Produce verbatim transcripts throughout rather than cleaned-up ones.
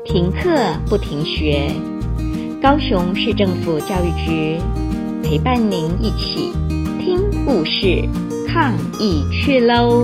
停课不停学，高雄市政府教育局陪伴您一起听故事，抗疫去喽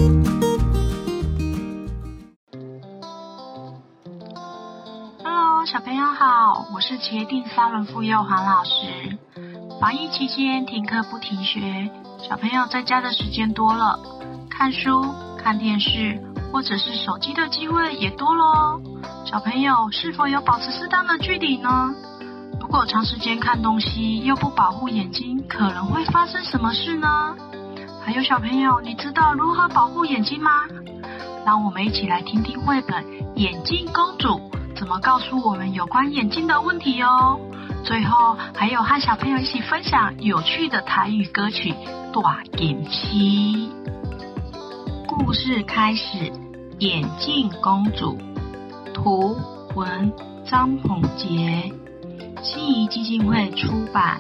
！Hello， 小朋友好，我是茄定三轮妇幼黄老师。防疫期间停课不停学，小朋友在家的时间多了，看书、看电视或者是手机的机会也多了哦。小朋友是否有保持适当的距离呢？如果长时间看东西又不保护眼睛，可能会发生什么事呢？还有小朋友，你知道如何保护眼睛吗？让我们一起来听听绘本《眼镜公主》怎么告诉我们有关眼睛的问题哦。最后还有和小朋友一起分享有趣的台语歌曲《大眼睛》。故事开始，眼镜公主，图文张宏杰，信谊基金会出版。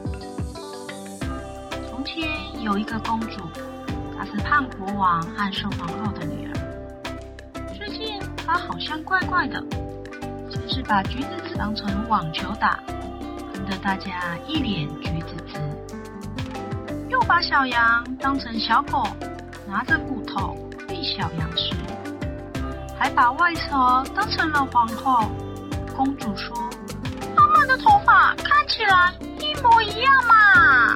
从前有一个公主，她是汉国王和寿皇后的女儿。最近她好像怪怪的，先是把橘子籽当成网球打，喷得大家一脸橘子汁；又把小羊当成小狗，拿着骨头喂小羊吃，还把外婆当成了皇后。公主说：“他们的头发看起来一模一样嘛。”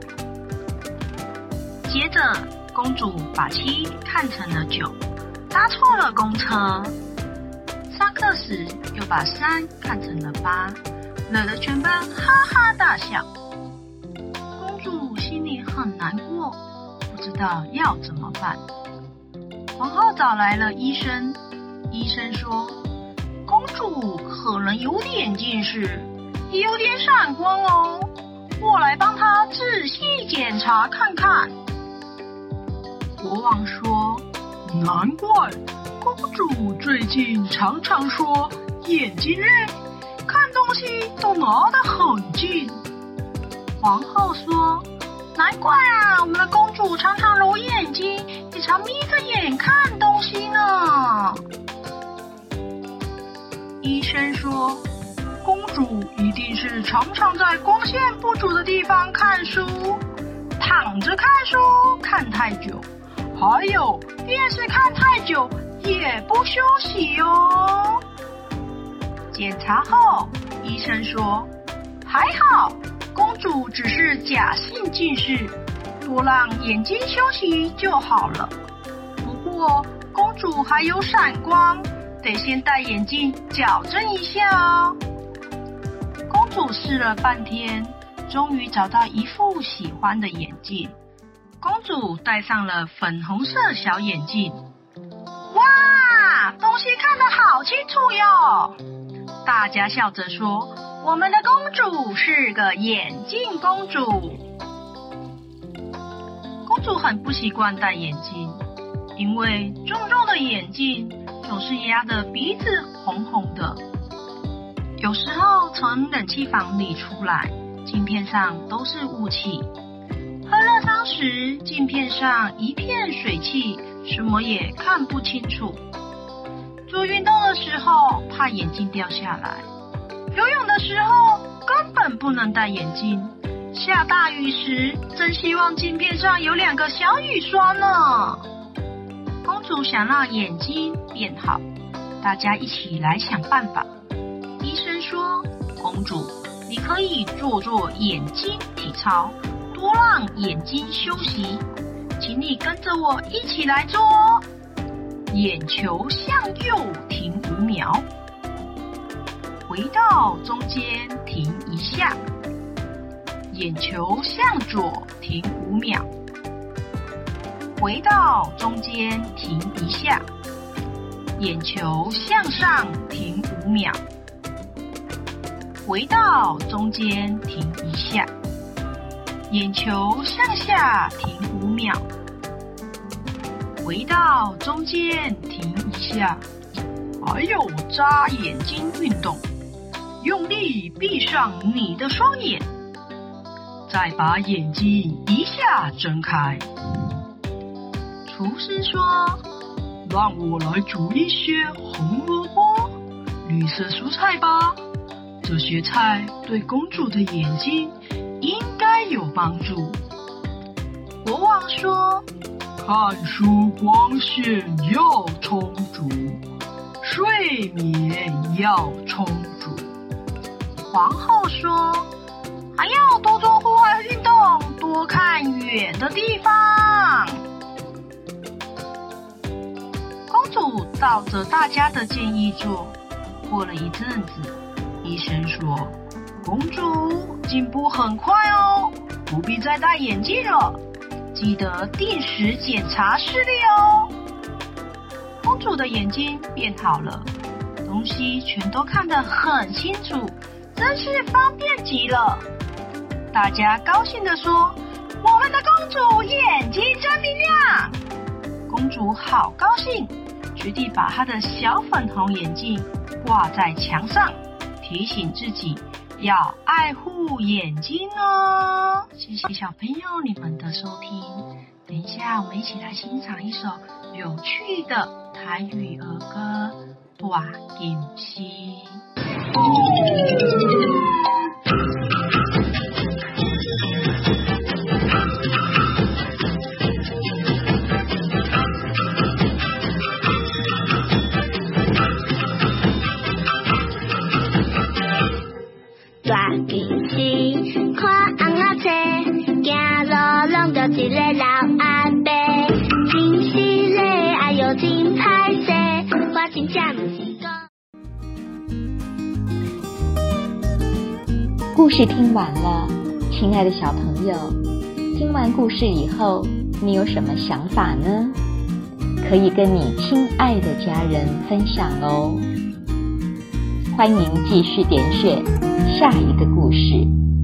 接着，公主把七看成了九，搭错了公车。上课时又把三看成了八，惹得全班哈哈大笑。公主心里很难过，不知道要怎么办。皇后找来了医生，医生说：“公主可能有点近视，也有点散光哦，我来帮她仔细检查看看。”国王说：“难怪公主最近常常说眼睛累，看东西都拿得很近。”皇后说：“难怪啊，我们的公主常常揉眼睛，也常眯着眼看东西呢。”医生说：“公主一定是常常在光线不足的地方看书，躺着看书看太久，还有电视看太久也不休息哦。”检查后，医生说：“还好，公主只是假性近视，多让眼睛休息就好了。不过，公主还有散光，得先戴眼镜矫正一下哦。”公主试了半天，终于找到一副喜欢的眼镜。公主戴上了粉红色小眼镜，哇，东西看得好清楚哟！大家笑着说：“我们的公主是个眼镜公主。”公主很不习惯戴眼镜，因为重重的眼镜总是压得鼻子红红的。有时候从冷气房里出来，镜片上都是雾气。喝热汤时，镜片上一片水汽，什么也看不清楚。做运动的时候，怕眼镜掉下来。游泳的时候，根本不能戴眼镜。下大雨时，真希望镜片上有两个小雨刷呢。公主想让眼睛变好，大家一起来想办法。医生说：“公主，你可以做做眼睛体操，多让眼睛休息，请你跟着我一起来做哦。眼球向右停五秒，回到中间停一下，眼球向左停五秒，回到中间停一下，眼球向上停五秒，回到中间停一下，眼球向下停五秒，回到中间停一下。还有眨眼睛运动，用力闭上你的双眼，再把眼睛一下睁开。厨师说：“让我来煮一些红萝卜、绿蔬菜吧，这些菜对公主的眼睛应该有帮助。国王说，看书光线要充足，睡眠要充足。皇后说，还要多做户外运动，多看远的地方。公主照着大家的建议做，过了一阵子，医生说，公主进步很快哦，不必再戴眼镜了，记得定时检查视力哦。公主的眼睛变好了，东西全都看得很清楚，真是方便极了。大家高兴地说，我们的公主眼睛真明亮。公主好高兴，决定把她的小粉红眼镜挂在墙上，提醒自己要爱护眼睛哦。谢谢小朋友你们的收听，等一下我们一起来欣赏一首有趣的台语儿歌《大金丝》。 大金丝看红仔车，行路拢着一个老阿伯，真是嘞，哎呦真歹势，我真正不是讲。 故事听完了，亲爱的小朋友，听完故事以后，你有什么想法呢？可以跟你亲爱的家人分享哦。欢迎继续点选下一个故事。